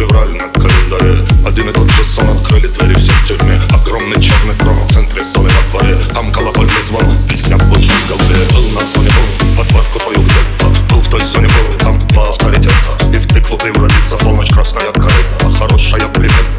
февраль на календаре. Один и тот же сон, открыли двери все в тюрьме. Огромный черный кром в центре зоны во дворе. Там колокольный звон, песня звучит в голове. Был на зоне был, подварку твою где-то. Был в той зоне был, там два авторитета. И в тыкву превратится полночь красная карета. Хорошая примета.